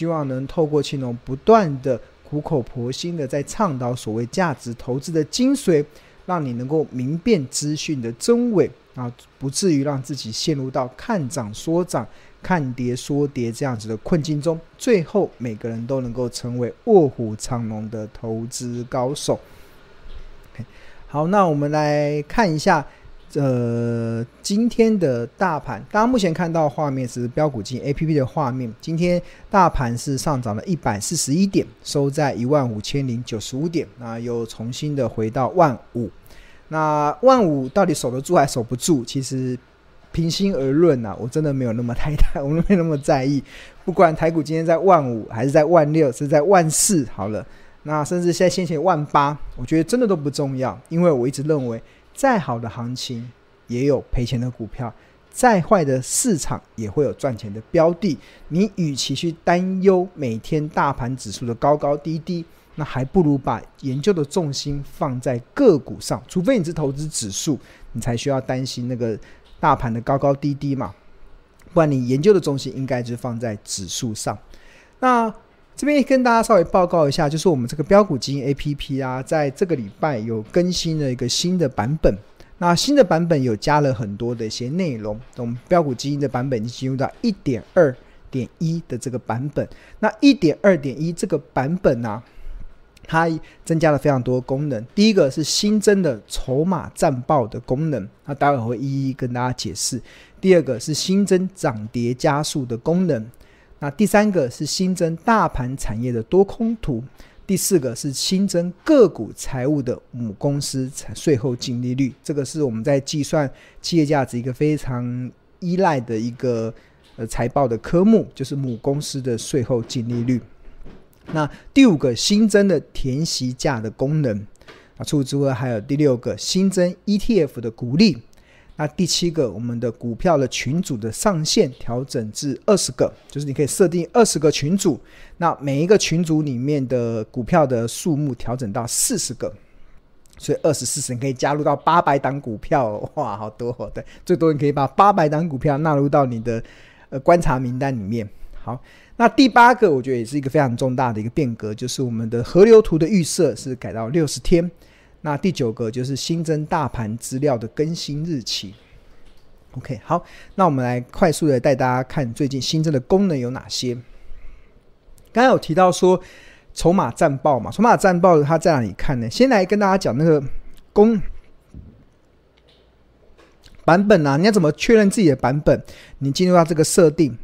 希望能透过庆农不断的苦口婆心的在倡导所谓价值投资的精髓，让你能够明辨资讯的真伪，不至于让自己陷入到看涨说涨看跌说跌这样子的困境中，最后每个人都能够成为卧虎藏龙的投资高手。好，那我们来看一下今天的大盘。大家目前看到的画面是标股金 APP 的画面，今天大盘是上涨了141点，收在15095点，那又重新的回到15000。那15000到底守得住还守不住，其实平心而论我真的没有那么我没有那么在意。不管台股今天在15000还是在16000是在14000好了，那甚至现在先前18000，我觉得真的都不重要。因为我一直认为再好的行情也有赔钱的股票，再坏的市场也会有赚钱的标的。你与其去担忧每天大盘指数的高高低低，那还不如把研究的重心放在个股上，除非你是投资指数，你才需要担心那个大盘的高高低低嘛，不然你研究的重心应该就是放在指数上。那这边跟大家稍微报告一下，就是我们这个标股基金 APP 在这个礼拜有更新了一个新的版本。那新的版本有加了很多的一些内容，我们标股基金的版本已经进入到 1.2.1 的这个版本。那 1.2.1 这个版本它增加了非常多的功能。第一个是新增的筹码战报的功能，那待会会一一跟大家解释。第二个是新增涨跌加速的功能。那第三个是新增大盘产业的多空图。第四个是新增个股财务的母公司税后净利率，这个是我们在计算企业价值一个非常依赖的一个财报的科目，就是母公司的税后净利率。那第五个新增的填息价的功能，除此之外还有第六个新增 ETF 的股利。那第七个我们的股票的群组的上限调整至20个，就是你可以设定20个群组，那每一个群组里面的股票的数目调整到40个，所以2040你可以加入到800档股票哇，好多对，最多你可以把800档股票纳入到你的观察名单里面。好，那第八个我觉得也是一个非常重大的一个变革，就是我们的河流图的预设是改到60天。那第九个就是新增大盘资料的更新日期。 OK， 好，那我们来快速的带大家看最近新增的功能有哪些。刚才有提到说筹码战报嘛，筹码战报它在哪里看呢？先来跟大家讲那个版本你要怎么确认自己的版本？你进入到这个设定，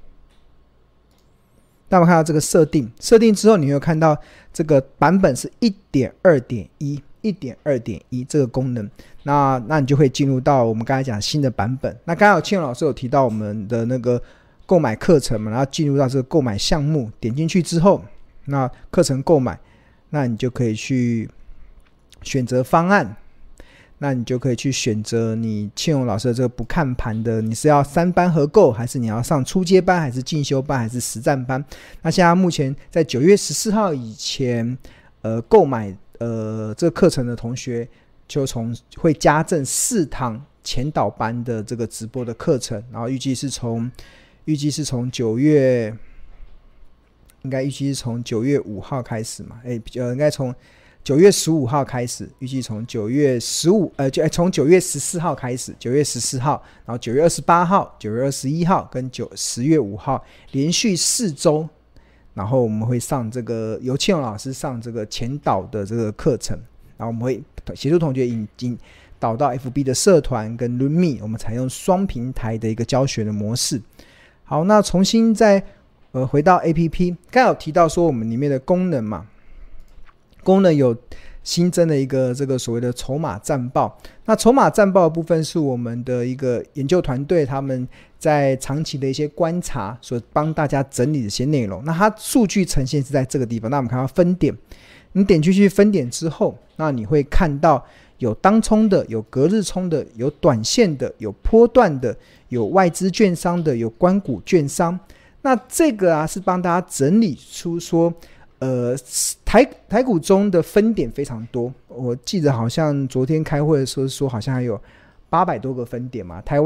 大家看到这个设定之后，你会看到这个版本是 1.2.1 1.2.1 这个功能，那你就会进入到我们刚才讲新的版本。那刚才庆荣老师有提到我们的那个购买课程嘛，然后进入到这个购买项目，点进去之后，那课程购买，那你就可以去选择方案，那你就可以去选择你庆荣老师的这个不看盘的，你是要3班合购，还是你要上初阶班，还是进修班，还是实战班。那现在目前在9月14号以前购买这个课程的同学，就会加赠4堂前导班的这个直播的课程，然后预计是从9月，应该预计是从9月5号开始嘛，应该从9月15号开始，预计从9月15从9月14号开始，9月14号，然后9月28号、9月21号跟10月5号连续4周。然后我们会上这个由庆荣老师上这个前导的这个课程，然后我们会协助同学引导到 FB 的社团跟 LearnMe， 我们采用双平台的一个教学的模式。好，那重新再回到 APP， 刚才有提到说我们里面的功能嘛，功能有新增的一个这个所谓的筹码战报。那筹码战报的部分是我们的一个研究团队他们在长期的一些观察所帮大家整理的一些内容，那它数据呈现是在这个地方。那我们看到分点，你点进去分点之后，那你会看到有当冲的，有隔日冲的，有短线的，有波段的，有外资券商的，有官股券商。那这个是帮大家整理出说台股中的分点非常多，我记得好像昨天开会的时候说好像还有800多个分点嘛，台湾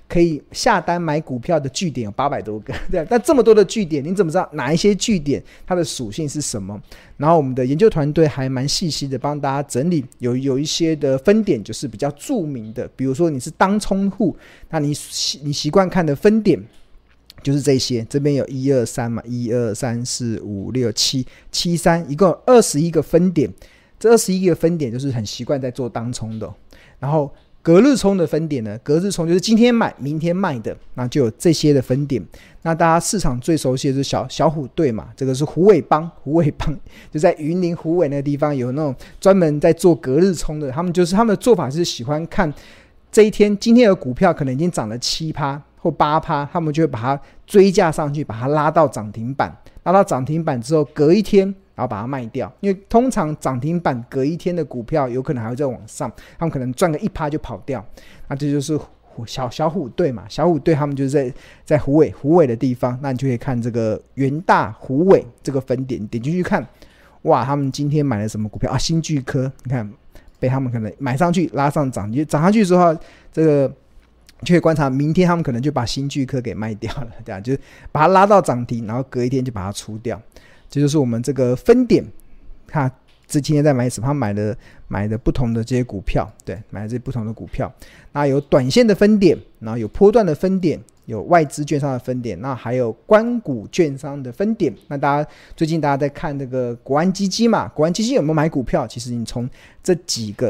可以下单买股票的据点有800多个，对，但这么多的据点，你怎么知道哪一些据点它的属性是什么？然后我们的研究团队还蛮细心的帮大家整理，有一些的分点就是比较著名的，比如说你是当冲户，那你习惯看的分点就是这些，这边有1、2、3嘛，1、2、3、4、5、6、7、3，一共有21个分点。这21个分点就是很习惯在做当冲的，然后隔日冲的分点呢，隔日冲就是今天买明天卖的，那就有这些的分点。那大家市场最熟悉的是小虎队嘛，这个是虎尾帮就在云林虎尾那个地方有那种专门在做隔日冲的，他们的做法是喜欢看这一天今天的股票可能已经涨了 7% 或 8%， 他们就会把它追价上去，把它拉到涨停板，拉到涨停板之后隔一天然后把它卖掉，因为通常涨停板隔一天的股票有可能还会再往上，他们可能赚个 1% 就跑掉，那这就是小虎队嘛，小虎队他们就是在虎尾的地方，那你就可以看这个元大虎尾这个分点，点进去看，哇，他们今天买了什么股票啊？新巨科，你看被他们可能买上去拉上涨上去之后，这个就可以观察明天他们可能就把新巨科给卖掉了，对啊，就是把它拉到涨停，然后隔一天就把它出掉。这就是我们这个分点，看这今天在买什么，他买的不同的这些股票，对，买的这些不同的股票。那有短线的分点，然后有波段的分点，有外资券商的分点，那还有官股券商的分点。那最近大家在看这个国安基金嘛，国安基金有没有买股票？其实你从这几个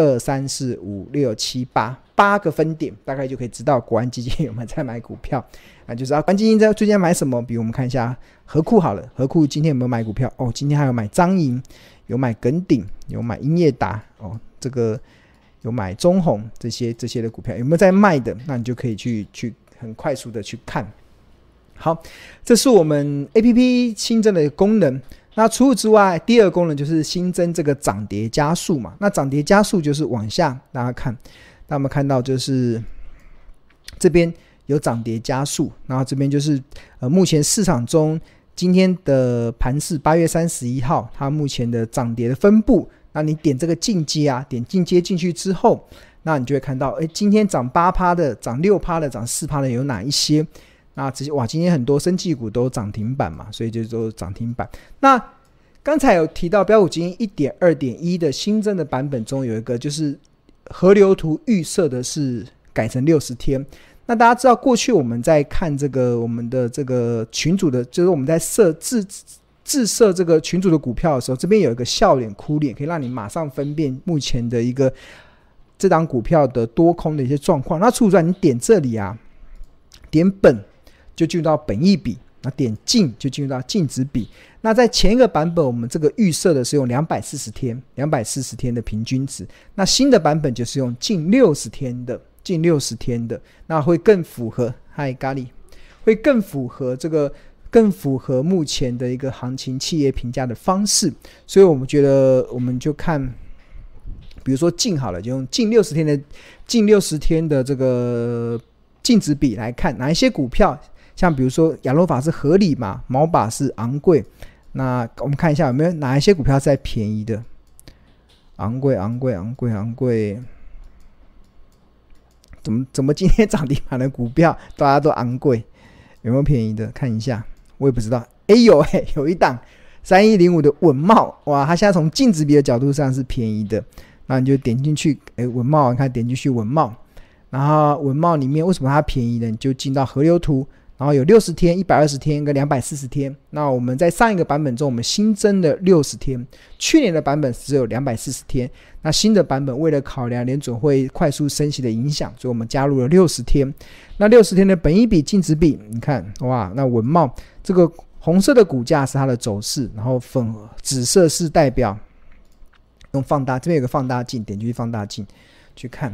1、2、3、4、5、6、7、8个分点，大概就可以知道国安基金有没有在买股票。就是国安基金在最近在买什么？比如我们看一下合库好了，合库今天有没有买股票？今天还有买彰银，有买耿鼎，有买英业达，这个有买中宏，这些的股票有没有在卖的？那你就可以去很快速的去看。好，这是我们 APP 新增的功能。那除此之外，第二个功能就是新增这个涨跌加速嘛。那涨跌加速就是往下，大家看，那我们看到就是这边有涨跌加速，然后这边就是目前市场中今天的盘势8月31号它目前的涨跌的分布，那你点这个进阶啊，点进阶进去之后，那你就会看到今天涨 8% 的，涨 6% 的，涨 4% 的有哪一些？那今天很多生技股都涨停板嘛，所以就都涨停板。那刚才有提到标股基金 1.2.1 的新增的版本中有一个就是河流图预设的是改成60天。那大家知道过去我们在看这个我们的这个群组的，就是我们在自设这个群组的股票的时候，这边有一个笑脸哭脸，可以让你马上分辨目前的一个这档股票的多空的一些状况。那除此之外，你点这里啊，点本就进入到本益比，那点净就进入到净值比。那在前一个版本我们这个预设的是用240天的平均值，那新的版本就是用近60天的，那会更符合咖喱，会更符合目前的一个行情企业评价的方式。所以我们觉得我们就看比如说净好了，就用近60天的这个净值比来看哪一些股票，像比如说亚罗法是合理嘛，毛把是昂贵，那我们看一下有没有哪一些股票是在便宜的，昂贵，怎么今天涨停板的股票大家都昂贵，有没有便宜的？看一下，我也不知道。有一档3105的稳懋，哇，它现在从净值比的角度上是便宜的，那你就点进去，稳懋，你看点进去稳懋，然后稳懋里面为什么它便宜呢？你就进到河流图，然后有60天、120天跟240天。那我们在上一个版本中我们新增了60天，去年的版本只有240天，那新的版本为了考量联准会快速升息的影响，所以我们加入了60天。那60天的本益比净值比，你看，哇，那稳懋这个红色的股价是它的走势，然后紫色是代表用放大，这边有个放大镜，点进去放大镜去看。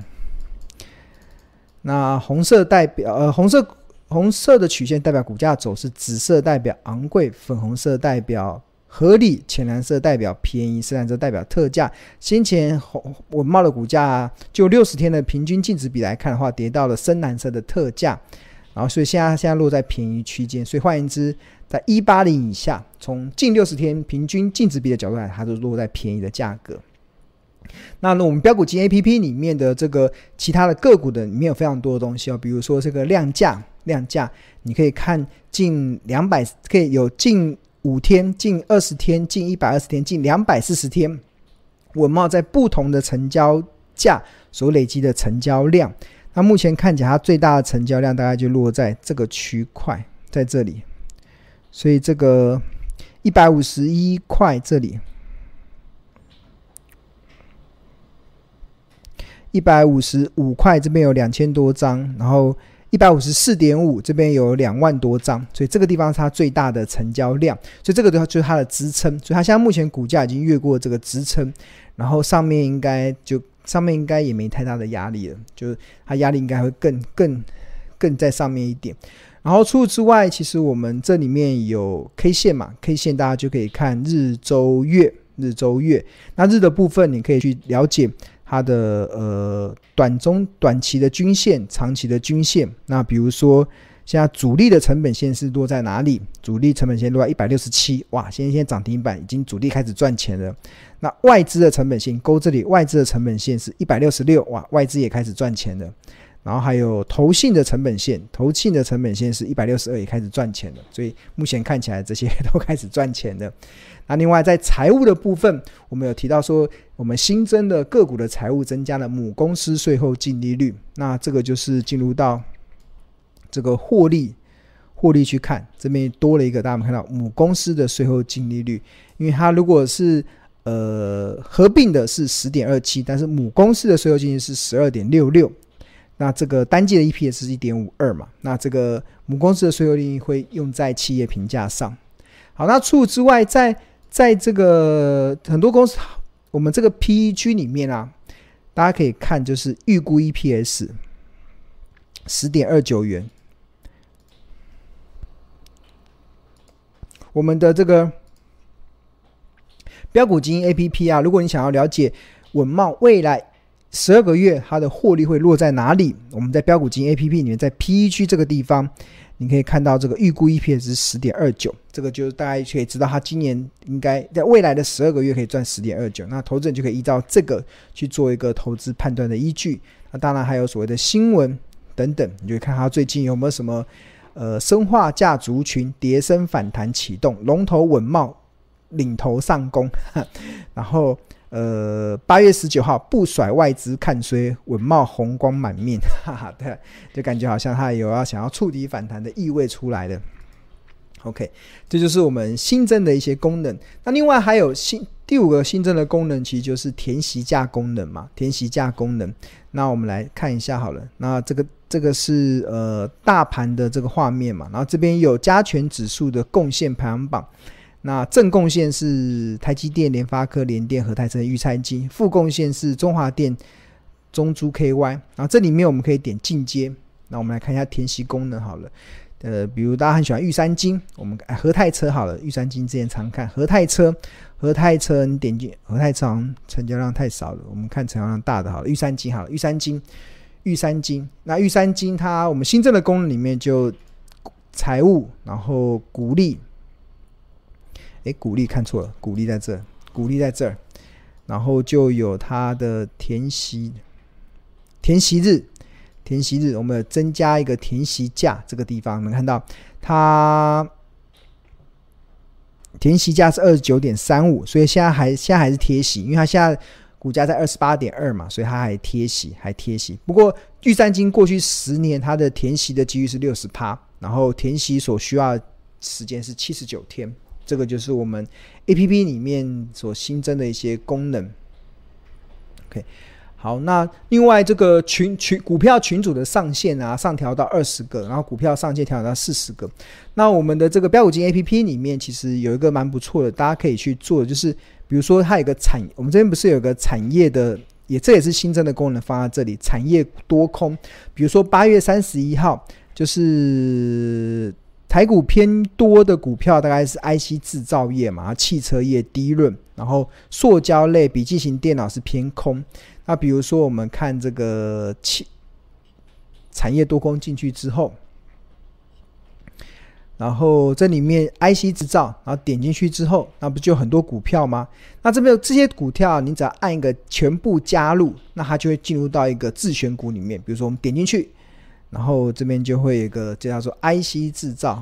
那红色代表红色的曲线代表股价走势，紫色代表昂贵，粉红色代表合理，浅蓝色代表便宜，深蓝色代表特价。先前稳懋的股价就60天的平均净值比来看的话，跌到了深蓝色的特价，然后所以现在落在便宜区间，所以换言之在180以下，从近60天平均净值比的角度来，它就落在便宜的价格。 那我们标股金 APP 里面的这个其他的个股的里面有非常多的东西比如说这个量价，你可以看近200，可以有近5天、近20天、近120天、近240天，稳懋在不同的成交价所累积的成交量。那目前看起来它最大的成交量大概就落在这个区块，在这里，所以这个151块这里，155块这边有2000多张，然后154.5这边有2万多张，所以这个地方是它最大的成交量，所以这个就是它的支撑，所以它现在目前股价已经越过这个支撑，然后上面应该也没太大的压力了，就是它压力应该会更在上面一点。然后除此之外，其实我们这里面有 K 线嘛 ，K 线大家就可以看日周月，那日的部分你可以去了解它的短期的均线、长期的均线。那比如说现在主力的成本线是落在哪里？主力成本线落在167，哇，现在涨停板已经主力开始赚钱了。那外资的成本线勾这里，外资的成本线是166，哇，外资也开始赚钱了。然后还有投信的成本线是162，也开始赚钱了。所以目前看起来这些都开始赚钱了。那另外在财务的部分，我们有提到说我们新增的个股的财务增加了母公司税后净利率，那这个就是进入到这个获利去看，这边多了一个大家看到母公司的税后净利率，因为它如果是合并的是 10.27， 但是母公司的税后净利率是 12.66， 那这个单季的 EPS 是 1.52 嘛，那这个母公司的税后净利率会用在企业评价上。好，那除此之外，在这个很多公司，我们这个 PEG 里面啊，大家可以看就是预估 EPS 10.29 元。我们的这个标股基金 APP 啊，如果你想要了解稳懋未来12个月它的获利会落在哪里，我们在标股基金 APP 里面，在 PEG 这个地方你可以看到这个预估 EPS 是 10.29， 这个就大家可以知道它今年应该在未来的12个月可以赚 10.29， 那投资人就可以依照这个去做一个投资判断的依据。那当然还有所谓的新闻等等，你就会看它最近有没有什么生化价族群跌升反弹启动，龙头稳懋领头上攻然后8月19号不甩外资看衰，稳懋红光满面对，就感觉好像他有想要触底反弹的意味出来的。 OK， 这就是我们新增的一些功能。那另外还有第5个新增的功能，其实就是填息价功能嘛，填息价功能。那我们来看一下好了，那这个是大盘的这个画面嘛，然后这边有加权指数的贡献排行榜。那正贡献是台积电、联发科、联电、和泰、裕泰金，副贡献是中华电、中租 KY。然后这里面我们可以点进阶，那我们来看一下填息功能好了。比如大家很喜欢玉山金，我们和泰车好了，玉山金之前常看和泰车你点进和泰车好像成交量太少了，我们看成交量大的好了，玉山金好了，玉山金。那玉山金它我们新增的功能里面就财务，然后股利。股利看错了，股利在这儿，然后就有它的填息日，我们增加一个填息价，这个地方能看到它填息价是 29.35， 所以现在还是贴息，因为它现在股价在 28.2 嘛，所以它还贴息。不过玉山金过去10年它的填息的几率是 60%， 然后填息所需要的时间是79天。这个就是我们 APP 里面所新增的一些功能。 OK， 好，那另外这个股票群组的上限啊，上调到20个，然后股票上限调到40个。那我们的这个标股金 APP 里面其实有一个蛮不错的，大家可以去做的，就是比如说它有个我们这边不是有个产业的，这也是新增的功能放在这里，产业多空。比如说8月31号就是台股偏多的股票大概是 IC 制造业嘛，汽车业低润，然后塑胶类、笔记型电脑是偏空。那比如说我们看这个产业多空进去之后， 然后这里面 IC 制造，然后点进去之后，那不就有很多股票吗？那这边这些股票你只要按一个全部加入，那它就会进入到一个自选股里面。比如说我们点进去，然后这边就会有一个叫做 IC 制造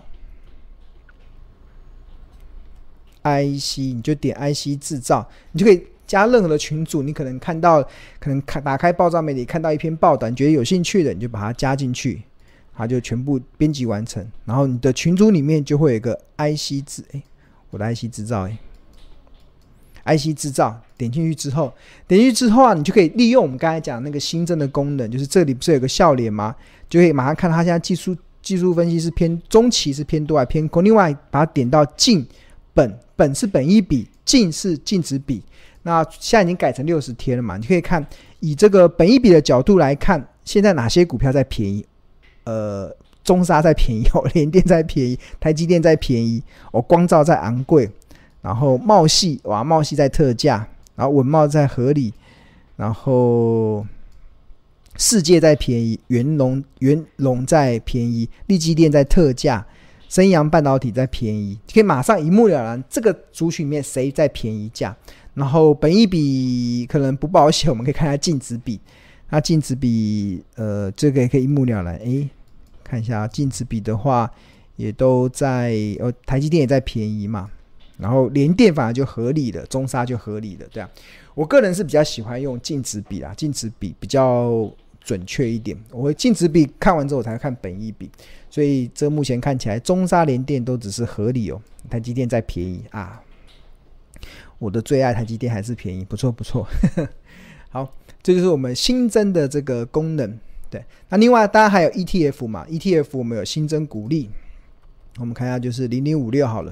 IC， 你就点 IC 制造，你就可以加任何的群组。你可能打开爆炸媒体看到一篇报道，你觉得有兴趣的，你就把它加进去，它就全部编辑完成。然后你的群组里面就会有一个 IC 我的 IC 制造IC 制造，点进去之后啊，你就可以利用我们刚才讲那个新增的功能，就是这里不是有个笑脸吗？就可以马上看到它现在技术分析是偏中期是偏多还偏空。另外把它点到净本是本益比，净是净值比。那现在已经改成60天了嘛，你可以看以这个本益比的角度来看，现在哪些股票在便宜？中砂在便宜，联电在便宜，台积电在便宜，光罩在昂贵，然后茂系在特价，然后文茂在合理，然后世界在便宜，元隆在便宜，力积电在特价，升阳半导体在便宜，可以马上一目了然这个族群里面谁在便宜价。然后本益比可能不保险，我们可以看一下净值比。那净值比这个也可以一目了然。看一下净值比的话也都在台积电也在便宜嘛，然后联电反而就合理了，中砂就合理了，对啊。我个人是比较喜欢用净值比啦，净值比比较准确一点。我会净值比看完之后我才会看本益比，所以这目前看起来中砂联电都只是合理台积电在便宜啊。我的最爱台积电还是便宜，不错不错。好，这就是我们新增的这个功能。对，那另外当然还有 ETF 嘛 ，ETF 我们有新增股利，我们看一下就是0056好了。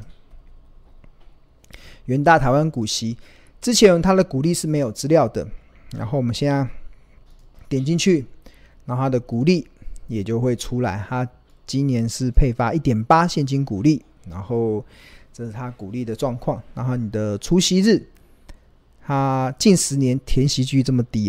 元大台湾股息，之前它的股利是没有资料的，然后我们现在点进去，然后它的股利也就会出来，它今年是配发 1.8 现金股利，然后这是它股利的状况。然后你的除息日，它近10年填息率这么低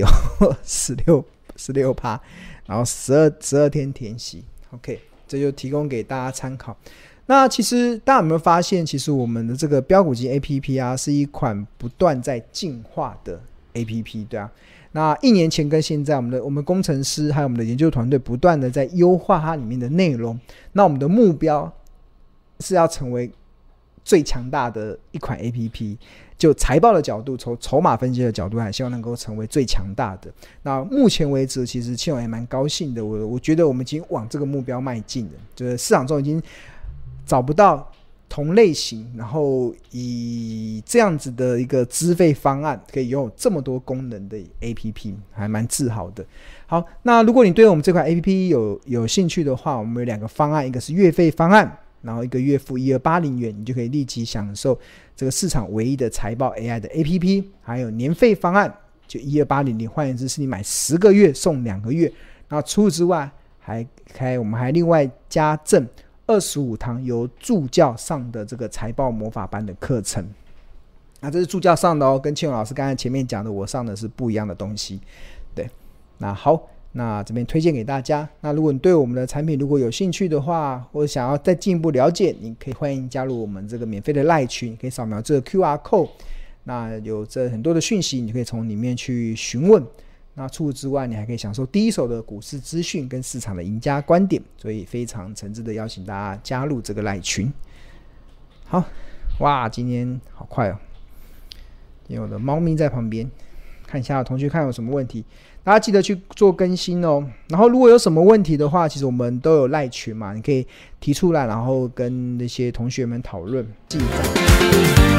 16%，然后12天填息 OK， 这就提供给大家参考。那其实大家有没有发现，其实我们的这个标股金 APP 啊，是一款不断在进化的 APP， 对啊。那1年前跟现在，我们工程师还有我们的研究团队不断的在优化它里面的内容。那我们的目标是要成为最强大的一款 APP， 就财报的角度，从筹码分析的角度，还希望能够成为最强大的。那目前为止，其实庆荣也蛮高兴的，我觉得我们已经往这个目标迈进了，就是市场中已经找不到同类型，然后以这样子的一个资费方案可以拥有这么多功能的 APP， 还蛮自豪的。好，那如果你对我们这款 APP 有兴趣的话，我们有2个方案，一个是月费方案，然后一个月付1280元，你就可以立即享受这个市场唯一的财报 AI 的 APP。 还有年费方案，就1280，换言之是你买10个月送2个月。然后除此之外我们还另外加赠25堂由助教上的这个财报魔法班的课程。那这是助教上的跟庆荣老师刚才前面讲的我上的是不一样的东西。对，那好，那这边推荐给大家。那如果你对我们的产品如果有兴趣的话，或者想要再进一步了解，你可以欢迎加入我们这个免费的 LINE 群，可以扫描这个 QR code， 那有这很多的讯息你可以从里面去询问。那除此之外，你还可以享受第一手的股市资讯跟市场的赢家观点，所以非常诚挚的邀请大家加入这个LINE群。好，哇，今天好快今天我的猫咪在旁边，看一下同学看有什么问题，大家记得去做更新然后如果有什么问题的话，其实我们都有LINE群嘛，你可以提出来，然后跟那些同学们讨论进展。